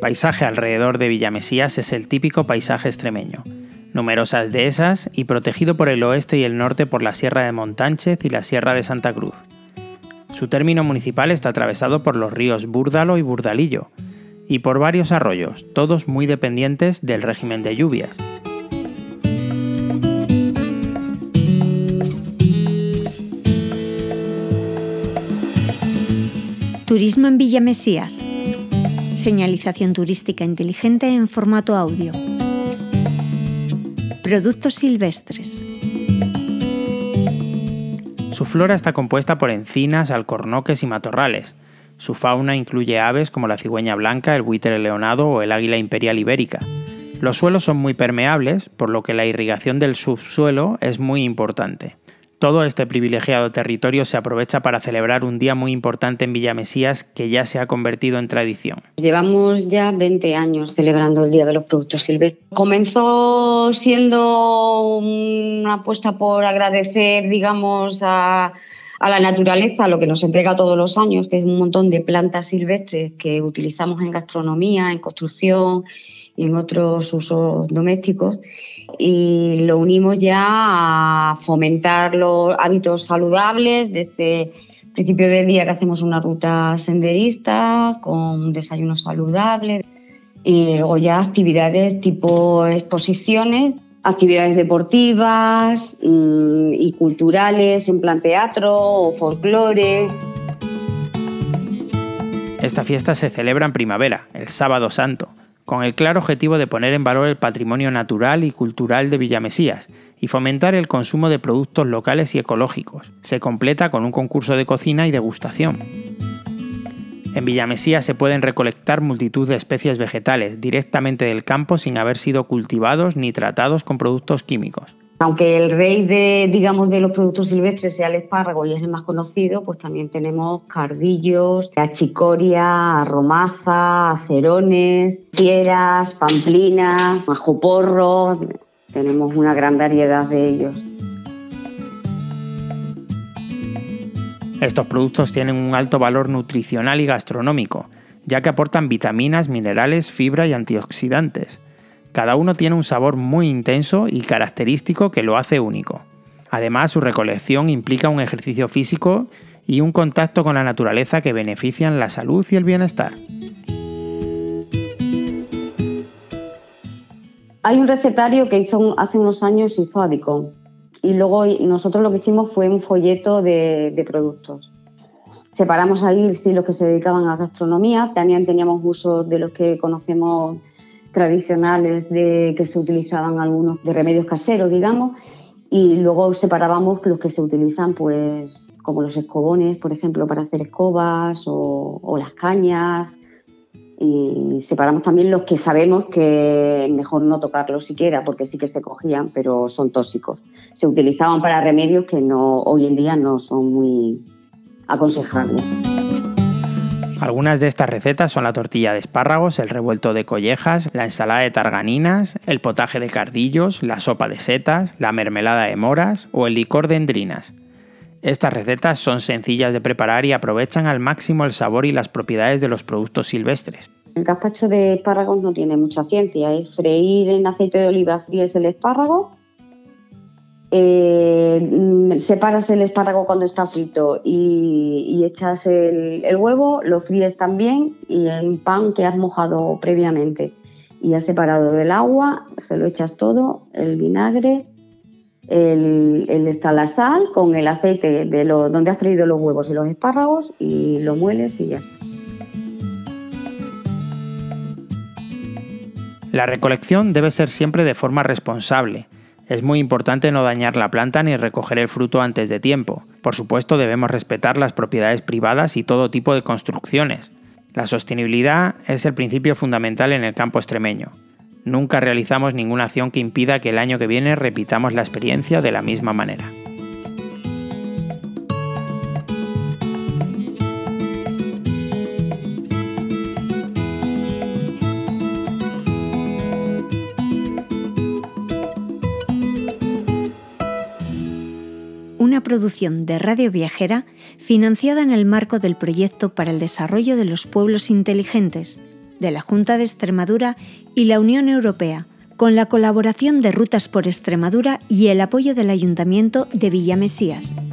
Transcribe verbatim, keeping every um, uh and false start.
paisaje alrededor de Villamesías es el típico paisaje extremeño. Numerosas dehesas y protegido por el oeste y el norte por la Sierra de Montánchez y la Sierra de Santa Cruz. Su término municipal está atravesado por los ríos Búrdalo y Burdalillo, y por varios arroyos, todos muy dependientes del régimen de lluvias. Turismo en Villamesías. Señalización turística inteligente en formato audio. Productos silvestres. Su flora está compuesta por encinas, alcornoques y matorrales. Su fauna incluye aves como la cigüeña blanca, el buitre leonado o el águila imperial ibérica. Los suelos son muy permeables, por lo que la irrigación del subsuelo es muy importante. Todo este privilegiado territorio se aprovecha para celebrar un día muy importante en Villamesías que ya se ha convertido en tradición. Llevamos ya veinte años celebrando el Día de los Productos Silvestres. Comenzó siendo una apuesta por agradecer, digamos, a, a la naturaleza, lo que nos entrega todos los años, que es un montón de plantas silvestres que utilizamos en gastronomía, en construcción y en otros usos domésticos. Y lo unimos ya a fomentar los hábitos saludables desde el principio del día, que hacemos una ruta senderista con desayunos saludables, y luego ya actividades tipo exposiciones, actividades deportivas y culturales en plan teatro o folclore. Esta fiesta se celebra en primavera, el Sábado Santo, con el claro objetivo de poner en valor el patrimonio natural y cultural de Villamesías y fomentar el consumo de productos locales y ecológicos. Se completa con un concurso de cocina y degustación. En Villamesías se pueden recolectar multitud de especies vegetales directamente del campo sin haber sido cultivados ni tratados con productos químicos. Aunque el rey de, digamos, de los productos silvestres sea el espárrago y es el más conocido, pues también tenemos cardillos, achicoria, romaza, acerones, fieras, pamplinas, ajoporro. Tenemos una gran variedad de ellos. Estos productos tienen un alto valor nutricional y gastronómico, ya que aportan vitaminas, minerales, fibra y antioxidantes. Cada uno tiene un sabor muy intenso y característico que lo hace único. Además, su recolección implica un ejercicio físico y un contacto con la naturaleza que benefician la salud y el bienestar. Hay un recetario que hizo hace unos años, hizo Adicom, y luego nosotros lo que hicimos fue un folleto de, de productos. Separamos ahí sí, los que se dedicaban a gastronomía, también teníamos usos de los que conocemos tradicionales de que se utilizaban algunos de remedios caseros, digamos, y luego separábamos los que se utilizan, pues, como los escobones, por ejemplo, para hacer escobas o, o las cañas, y separamos también los que sabemos que mejor no tocarlos siquiera, porque sí que se cogían, pero son tóxicos. Se utilizaban para remedios que no, hoy en día no son muy aconsejables. Algunas de estas recetas son la tortilla de espárragos, el revuelto de collejas, la ensalada de targaninas, el potaje de cardillos, la sopa de setas, la mermelada de moras o el licor de endrinas. Estas recetas son sencillas de preparar y aprovechan al máximo el sabor y las propiedades de los productos silvestres. El gazpacho de espárragos no tiene mucha ciencia, es freír en aceite de oliva, fríes el espárrago, eh, separas el espárrago cuando está frito y, y echas el, el huevo, lo fríes también y en pan que has mojado previamente y has separado del agua, se lo echas todo, el vinagre, el, el está la sal con el aceite de lo, donde has freído los huevos y los espárragos y lo mueles y ya está. La recolección debe ser siempre de forma responsable. Es muy importante no dañar la planta ni recoger el fruto antes de tiempo. Por supuesto, debemos respetar las propiedades privadas y todo tipo de construcciones. La sostenibilidad es el principio fundamental en el campo extremeño. Nunca realizamos ninguna acción que impida que el año que viene repitamos la experiencia de la misma manera. Una producción de Radio Viajera financiada en el marco del Proyecto para el Desarrollo de los Pueblos Inteligentes, de la Junta de Extremadura y la Unión Europea, con la colaboración de Rutas por Extremadura y el apoyo del Ayuntamiento de Villamesías.